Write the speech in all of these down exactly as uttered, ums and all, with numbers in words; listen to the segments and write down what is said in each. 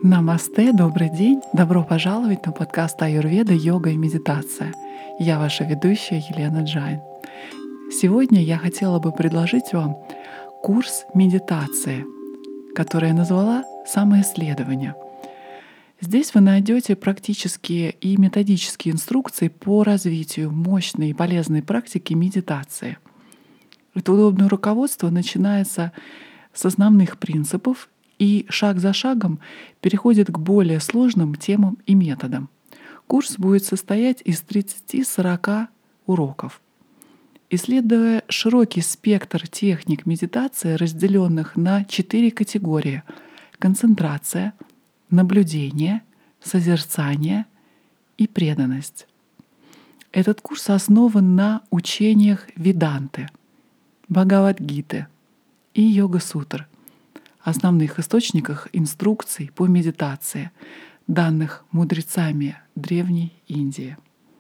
Намасте, добрый день! Добро пожаловать на подкаст Аюрведа, йога и медитация. Я ваша ведущая Елена Джайн. Сегодня я хотела бы предложить вам курс медитации, который я назвала «Самоисследование». Здесь вы найдете практические и методические инструкции по развитию мощной и полезной практики медитации. Это удобное руководство начинается с основных принципов и шаг за шагом переходит к более сложным темам и методам. Курс будет состоять из тридцати-сорока уроков. Исследуя широкий спектр техник медитации, разделенных на четыре категории: концентрация, наблюдение, созерцание и преданность. Этот курс основан на учениях Веданты, Бхагавад-гиты и Йога-сутр, основных источниках инструкций по медитации, данных мудрецами Древней Индии.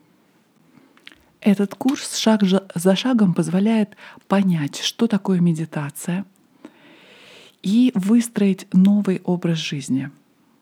Этот курс шаг за шагом позволяет понять, что такое медитация, и выстроить новый образ жизни.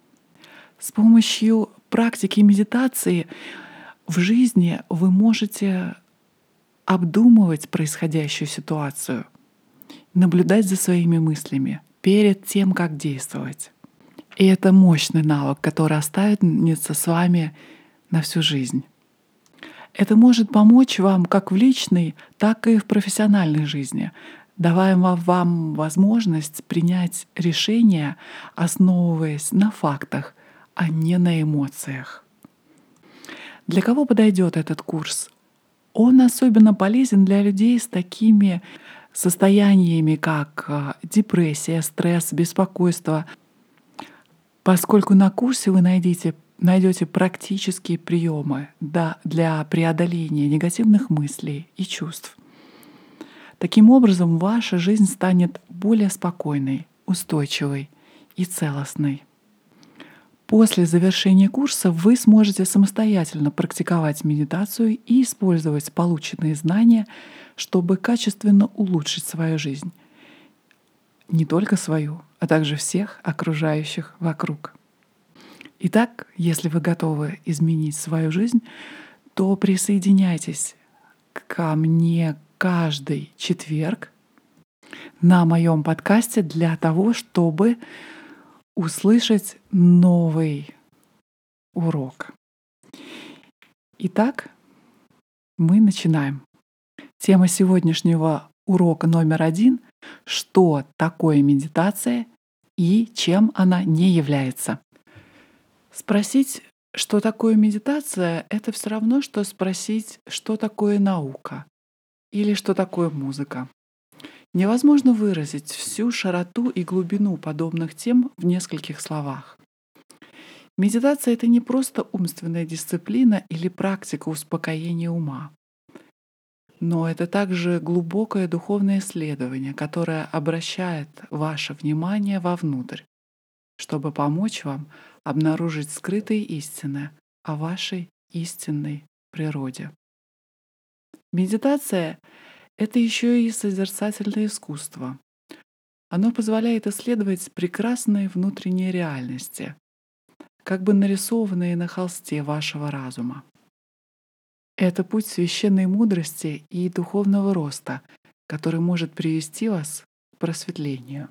С помощью практики медитации в жизни вы можете обдумывать происходящую ситуацию, наблюдать за своими мыслями перед тем, как действовать. И это мощный навык, который останется с вами на всю жизнь. Это может помочь вам как в личной, так и в профессиональной жизни, давая вам возможность принять решения, основываясь на фактах, а не на эмоциях. Для кого подойдет этот курс? Он особенно полезен для людей с такими состояниями, как депрессия, стресс, беспокойство, поскольку на курсе вы найдете, найдете практические приемы для преодоления негативных мыслей и чувств. Таким образом, ваша жизнь станет более спокойной, устойчивой и целостной. После завершения курса вы сможете самостоятельно практиковать медитацию и использовать полученные знания, чтобы качественно улучшить свою жизнь. Не только свою, а также всех окружающих вокруг. Итак, если вы готовы изменить свою жизнь, то присоединяйтесь ко мне каждый четверг на моем подкасте для того, чтобы услышать новый урок. Итак, мы начинаем. Тема сегодняшнего урока номер один — что такое медитация и чем она не является. Спросить, что такое медитация, это все равно, что спросить, что такое наука или что такое музыка. Невозможно выразить всю широту и глубину подобных тем в нескольких словах. Медитация — это не просто умственная дисциплина или практика успокоения ума, но это также глубокое духовное исследование, которое обращает ваше внимание вовнутрь, чтобы помочь вам обнаружить скрытые истины о вашей истинной природе. Медитация — это еще и созерцательное искусство. Оно позволяет исследовать прекрасные внутренние реальности, как бы нарисованные на холсте вашего разума. Это путь священной мудрости и духовного роста, который может привести вас к просветлению.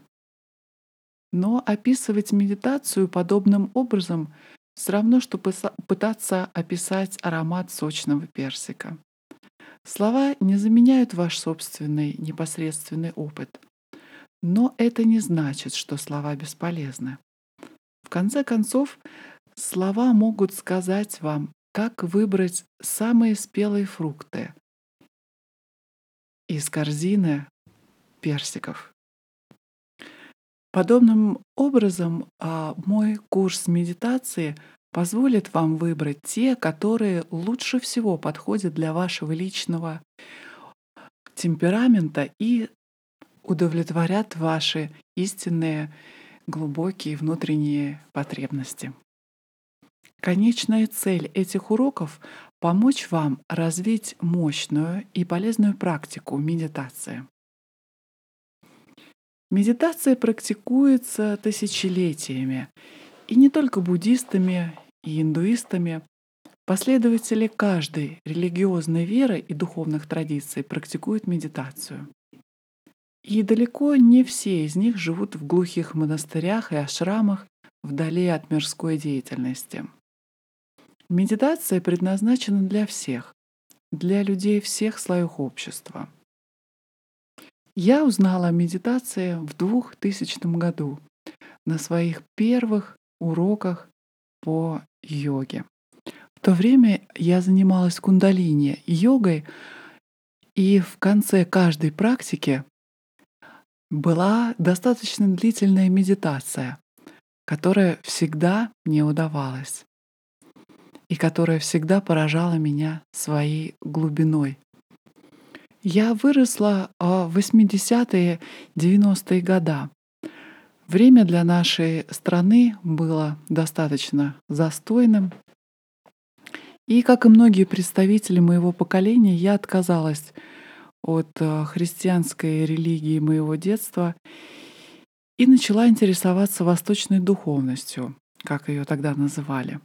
Но описывать медитацию подобным образом все равно, что пытаться описать аромат сочного персика. Слова не заменяют ваш собственный непосредственный опыт, но это не значит, что слова бесполезны. В конце концов, слова могут сказать вам, как выбрать самые спелые фрукты из корзины персиков. Подобным образом, мой курс медитации позволит вам выбрать те, которые лучше всего подходят для вашего личного темперамента и удовлетворят ваши истинные, глубокие внутренние потребности. Конечная цель этих уроков — помочь вам развить мощную и полезную практику медитации. Медитация практикуется тысячелетиями И не только буддистами и индуистами. Последователи каждой религиозной веры и духовных традиций практикуют медитацию. И далеко не все из них живут в глухих монастырях и ашрамах вдали от мирской деятельности. Медитация предназначена для всех, для людей всех слоев общества. Я узнала о медитации в двухтысячном году на своих первых уроках по йоге. В то время я занималась кундалини йогой, и в конце каждой практики была достаточно длительная медитация, которая всегда мне удавалась и которая всегда поражала меня своей глубиной. Я выросла в восьмидесятые, девяностые года. Время для нашей страны было достаточно застойным. И, как и многие представители моего поколения, я отказалась от христианской религии моего детства и начала интересоваться восточной духовностью, как ее тогда называли.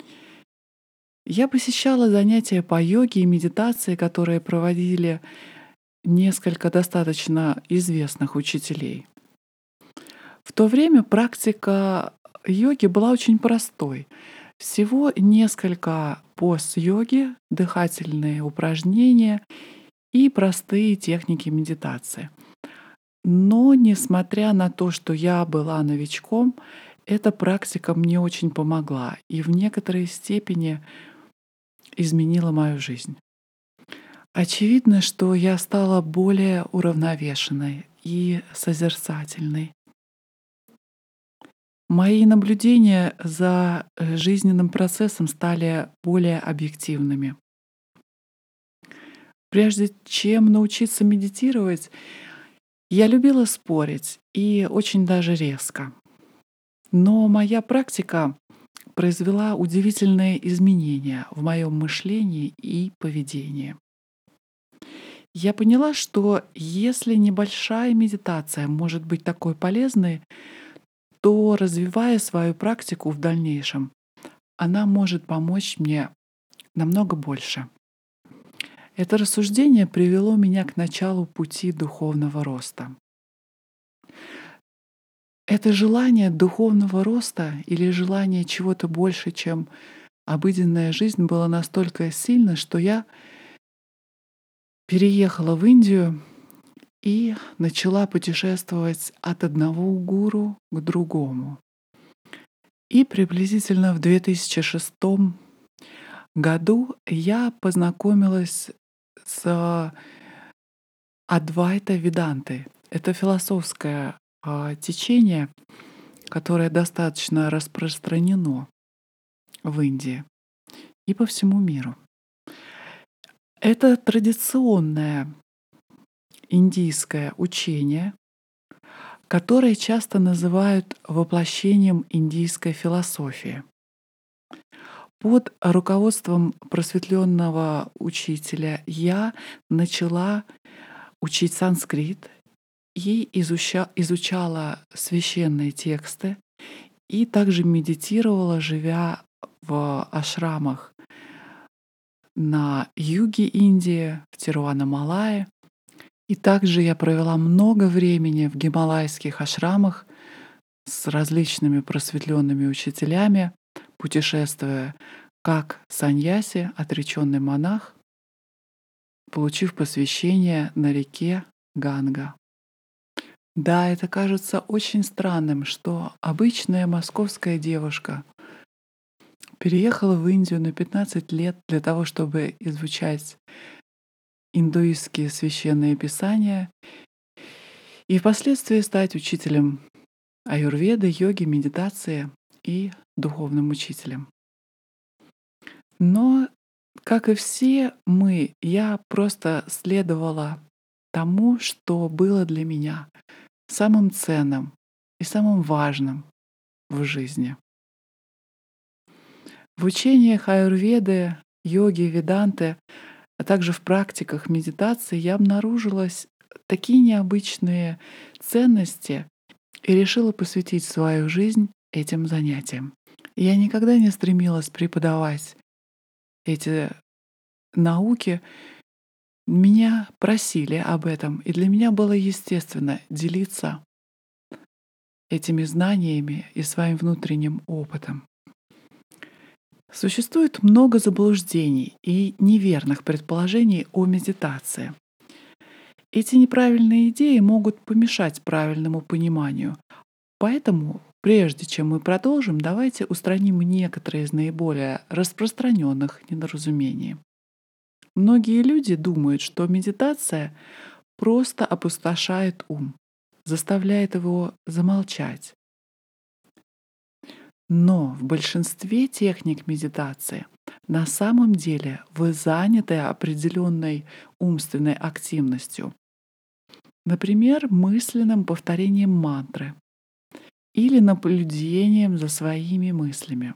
Я посещала занятия по йоге и медитации, которые проводили несколько достаточно известных учителей. В то время практика йоги была очень простой. Всего несколько поз йоги, дыхательные упражнения и простые техники медитации. Но, несмотря на то, что я была новичком, эта практика мне очень помогла и в некоторой степени изменила мою жизнь. Очевидно, что я стала более уравновешенной и созерцательной. Мои наблюдения за жизненным процессом стали более объективными. Прежде чем научиться медитировать, я любила спорить и очень даже резко. Но моя практика произвела удивительные изменения в моем мышлении и поведении. Я поняла, что если небольшая медитация может быть такой полезной, то, развивая свою практику в дальнейшем, она может помочь мне намного больше. Это рассуждение привело меня к началу пути духовного роста. Это желание духовного роста или желание чего-то больше, чем обыденная жизнь, было настолько сильно, что я переехала в Индию и начала путешествовать от одного гуру к другому. И приблизительно в две тысячи шестом году я познакомилась с Адвайта Ведантой. Это философское э, течение, которое достаточно распространено в Индии и по всему миру. Это традиционное индийское учение, которое часто называют воплощением индийской философии. Под руководством просветленного учителя я начала учить санскрит и изуча, изучала священные тексты и также медитировала, живя в ашрамах на юге Индии, в Тируванамалае. И также я провела много времени в гималайских ашрамах с различными просветленными учителями, путешествуя как саньяси, отреченный монах, получив посвящение на реке Ганга. Да, это кажется очень странным, что обычная московская девушка переехала в Индию на пятнадцать лет для того, чтобы изучать индуистские священные писания и впоследствии стать учителем аюрведы, йоги, медитации и духовным учителем. Но, как и все мы, я просто следовала тому, что было для меня самым ценным и самым важным в жизни. В учениях аюрведы, йоги, веданты, а также в практиках медитации я обнаружила такие необычные ценности и решила посвятить свою жизнь этим занятием. Я никогда не стремилась преподавать эти науки. Меня просили об этом, и для меня было естественно делиться этими знаниями и своим внутренним опытом. Существует много заблуждений и неверных предположений о медитации. Эти неправильные идеи могут помешать правильному пониманию. Поэтому, прежде чем мы продолжим, давайте устраним некоторые из наиболее распространенных недоразумений. Многие люди думают, что медитация просто опустошает ум, заставляет его замолчать. Но в большинстве техник медитации на самом деле вы заняты определенной умственной активностью, например, мысленным повторением мантры или наблюдением за своими мыслями.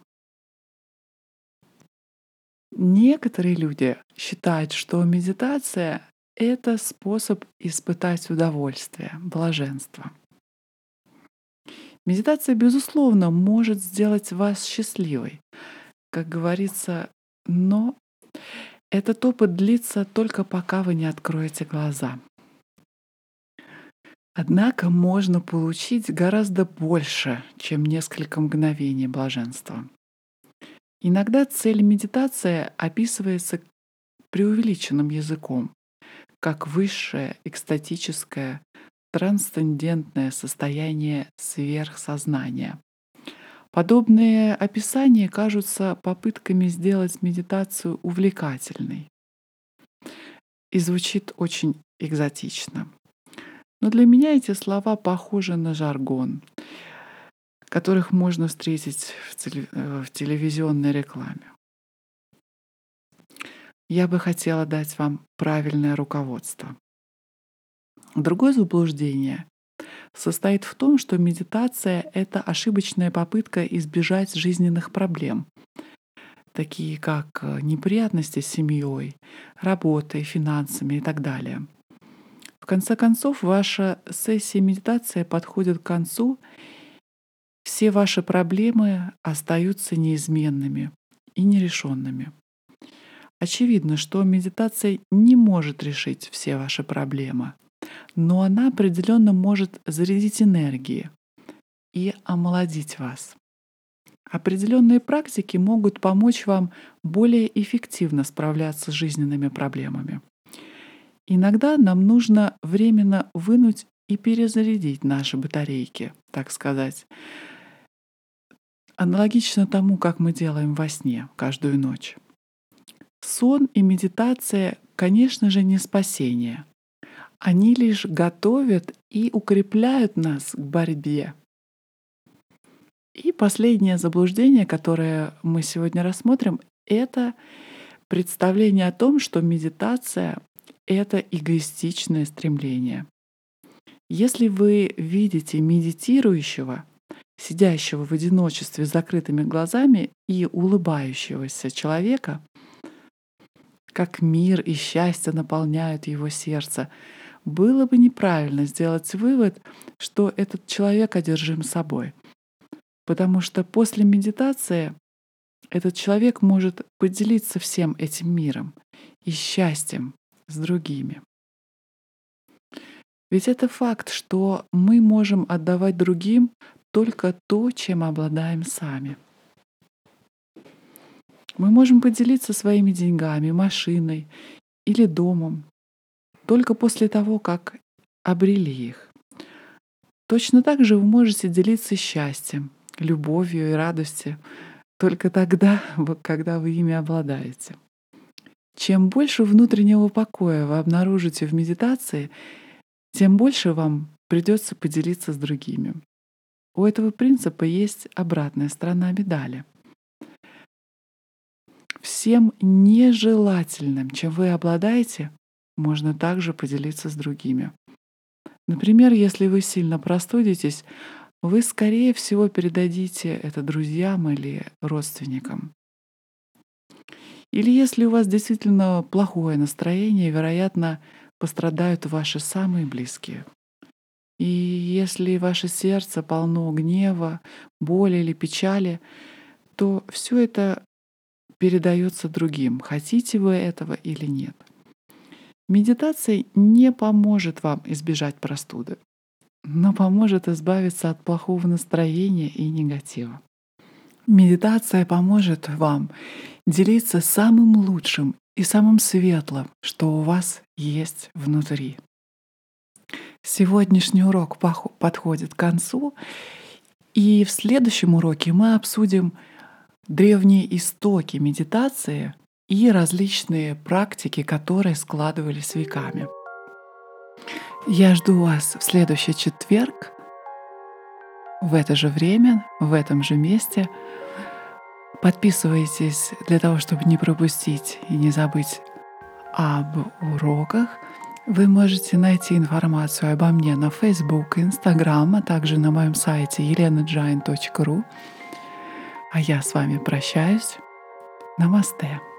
Некоторые люди считают, что медитация — это способ испытать удовольствие, блаженство. Медитация, безусловно, может сделать вас счастливой, как говорится, но этот опыт длится только пока вы не откроете глаза. Однако можно получить гораздо больше, чем несколько мгновений блаженства. Иногда цель медитации описывается преувеличенным языком, как высшее экстатическое трансцендентное состояние сверхсознания. Подобные описания кажутся попытками сделать медитацию увлекательной и звучит очень экзотично. Но для меня эти слова похожи на жаргон, которых можно встретить в, теле- э, в телевизионной рекламе. Я бы хотела дать вам правильное руководство. Другое заблуждение состоит в том, что медитация — это ошибочная попытка избежать жизненных проблем, такие как э, неприятности с семьей, работой, финансами и так далее. В конце концов, ваша сессия медитации подходит к концу, все ваши проблемы остаются неизменными и нерешенными. Очевидно, что медитация не может решить все ваши проблемы, но она определенно может зарядить энергией и омолодить вас. Определенные практики могут помочь вам более эффективно справляться с жизненными проблемами. Иногда нам нужно временно вынуть и перезарядить наши батарейки, так сказать, аналогично тому, как мы делаем во сне каждую ночь. Сон и медитация, конечно же, не спасение. Они лишь готовят и укрепляют нас к борьбе. И последнее заблуждение, которое мы сегодня рассмотрим, это представление о том, что медитация — это эгоистичное стремление. Если вы видите медитирующего, сидящего в одиночестве с закрытыми глазами и улыбающегося человека, как мир и счастье наполняют его сердце, было бы неправильно сделать вывод, что этот человек одержим собой. Потому что после медитации этот человек может поделиться всем этим миром и счастьем с другими. Ведь это факт, что мы можем отдавать другим только то, чем обладаем сами. Мы можем поделиться своими деньгами, машиной или домом только после того, как обрели их. Точно так же вы можете делиться счастьем, любовью и радостью только тогда, вот когда вы ими обладаете. Чем больше внутреннего покоя вы обнаружите в медитации, тем больше вам придется поделиться с другими. У этого принципа есть обратная сторона медали. Всем нежелательным, чем вы обладаете, можно также поделиться с другими. Например, если вы сильно простудитесь, вы, скорее всего, передадите это друзьям или родственникам. Или если у вас действительно плохое настроение, вероятно, пострадают ваши самые близкие. И если ваше сердце полно гнева, боли или печали, то все это передается другим, хотите вы этого или нет. Медитация не поможет вам избежать простуды, но поможет избавиться от плохого настроения и негатива. Медитация поможет вам делиться самым лучшим и самым светлым, что у вас есть внутри. Сегодняшний урок пох- подходит к концу, и в следующем уроке мы обсудим древние истоки медитации и различные практики, которые складывались веками. Я жду вас в следующий четверг в это же время, в этом же месте. Подписывайтесь для того, чтобы не пропустить и не забыть об уроках. Вы можете найти информацию обо мне на Facebook, Instagram, а также на моем сайте елена джайн точка ру. А я с вами прощаюсь. Намасте.